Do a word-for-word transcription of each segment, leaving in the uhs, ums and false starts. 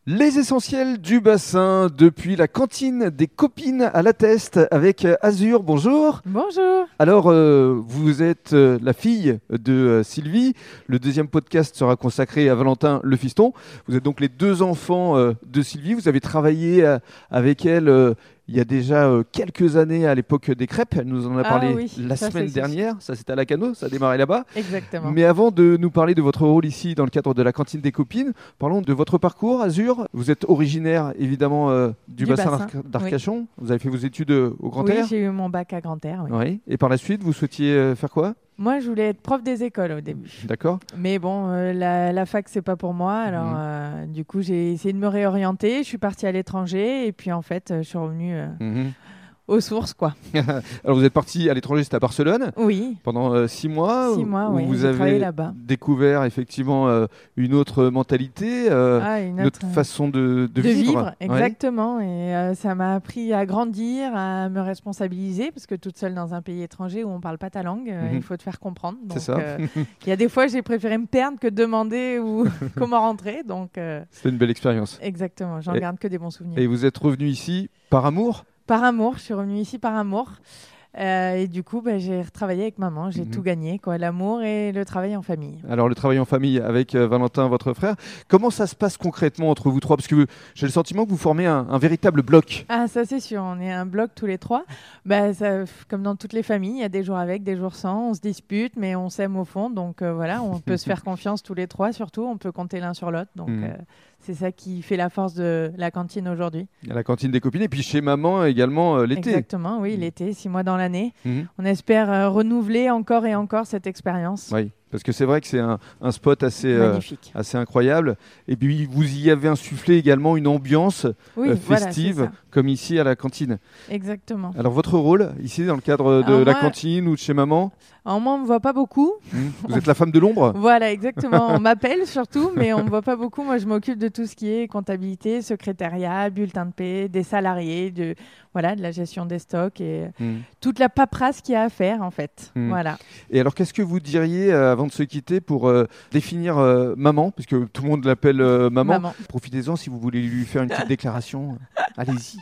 Les essentiels du bassin, depuis la cantine des copines à La Teste avec Azur. Bonjour. Bonjour. Alors, euh, vous êtes euh, la fille de euh, Sylvie. Le deuxième podcast sera consacré à Valentin le fiston. Vous êtes donc les deux enfants euh, de Sylvie. Vous avez travaillé euh, avec elle euh, il y a déjà euh, quelques années à l'époque des crêpes. Elle nous en a Ah parlé oui, la ça, semaine c'est dernière. Ça, c'était à Lacanau. Ça a démarré là-bas. Exactement. Mais avant de nous parler de votre rôle ici dans le cadre de la cantine des copines, parlons de votre parcours, Azur. Vous êtes originaire évidemment euh, du, Du bassin, bassin, d'Arc- d'Arcachon. Vous avez fait vos études euh, au Grand Oui, Air. j'ai eu mon bac à Grand Air. Oui. Oui. Et par la suite, vous souhaitiez euh, faire quoi? Moi, je voulais être prof des écoles au début. D'accord. Mais bon, euh, la, la fac, c'est pas pour moi. Alors, Mhm. euh, du coup, j'ai essayé de me réorienter. Je suis partie à l'étranger. Et puis, en fait, euh, je suis revenue euh, Mhm. aux sources, quoi. Alors vous êtes parti à l'étranger, c'était à Barcelone Oui, pendant euh, six mois. six où- mois, où oui. vous J'ai travaillé avez là-bas. découvert effectivement euh, une autre mentalité, euh, Ah, une une autre autre, euh, façon de, de de vivre. vivre, Ouais. exactement. Et euh, ça m'a appris à grandir, à me responsabiliser, parce que toute seule dans un pays étranger où on parle pas ta langue, euh, Mhm. il faut te faire comprendre. C'est Donc, ça. euh, il y a des fois, j'ai préféré me perdre que demander ou comment rentrer. Donc, euh, C'était une belle expérience. exactement, j'en Et- garde que des bons souvenirs. Et vous êtes revenu ici par amour? Par amour, je suis revenue ici par amour. Euh, et du coup, bah, j'ai retravaillé avec maman, j'ai Mhm. tout gagné, quoi, l'amour et le travail en famille. Alors le travail en famille avec euh, Valentin, votre frère, comment ça se passe concrètement entre vous trois? Parce que vous- j'ai le sentiment que vous formez un, un véritable bloc. Ah, ça c'est sûr, on est un bloc tous les trois. Bah, ça, f- comme dans toutes les familles, il y a des jours avec, des jours sans, on se dispute, mais on s'aime au fond. Donc euh, voilà, on peut se faire confiance tous les trois, surtout, on peut compter l'un sur l'autre. Donc Mhm. euh, c'est ça qui fait la force de la cantine aujourd'hui. À la cantine des copines et puis chez maman également euh, l'été. Exactement, oui, Mhm. l'été, six mois dans l'année. Mhm. On espère euh, renouveler encore et encore cette expérience. Oui, parce que c'est vrai que c'est un, un spot assez, euh, Magnifique. assez incroyable. Et puis vous y avez insufflé également une ambiance Oui, euh, voilà, c'est festive, ça. comme ici à la cantine. Exactement. Alors votre rôle ici dans le cadre de Alors la moi- cantine ou de chez maman, Alors moi, on me voit pas beaucoup. hmm, vous êtes la femme de l'ombre? Voilà, exactement. On m'appelle surtout, mais on me voit pas beaucoup. Moi, je m'occupe de tout ce qui est comptabilité, secrétariat, bulletin de paie, des salariés, de voilà, de la gestion des stocks et Hmm. toute la paperasse qu'il y a à faire en fait. Mm. Voilà. Et alors qu'est-ce que vous diriez euh, avant de se quitter pour euh, définir euh, maman, puisque tout le monde l'appelle euh, maman. Maman. Profitez-en si vous voulez lui faire une petite déclaration. Allez-y.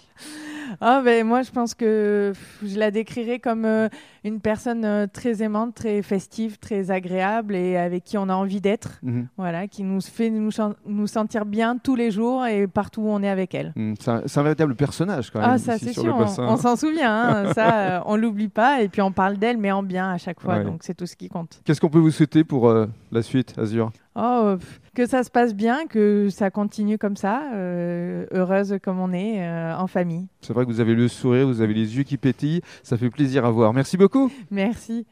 Ah ben moi, je pense que pff, je la décrirais comme euh, une personne euh, très aimante, très festive, très agréable et avec qui on a envie d'être. Mhm. Voilà, qui nous fait nous, chan- nous sentir bien tous les jours et partout où on est avec elle. Hmm, C'est un, c'est un véritable personnage quand même. Ah ça ici c'est sur sûr, le on, bassin. on s'en souvient, hein, ça euh, on l'oublie pas et puis on parle d'elle mais en bien à chaque fois, Ouais. donc c'est tout ce qui compte. Qu'est-ce qu'on peut vous souhaiter pour euh, la suite, Azur? Oh, euh, pff, que ça se passe bien, que ça continue comme ça, euh, heureuse comme on est, euh, en famille. C'est vrai que vous avez le sourire, vous avez les yeux qui pétillent, ça fait plaisir à voir. Merci beaucoup. Merci.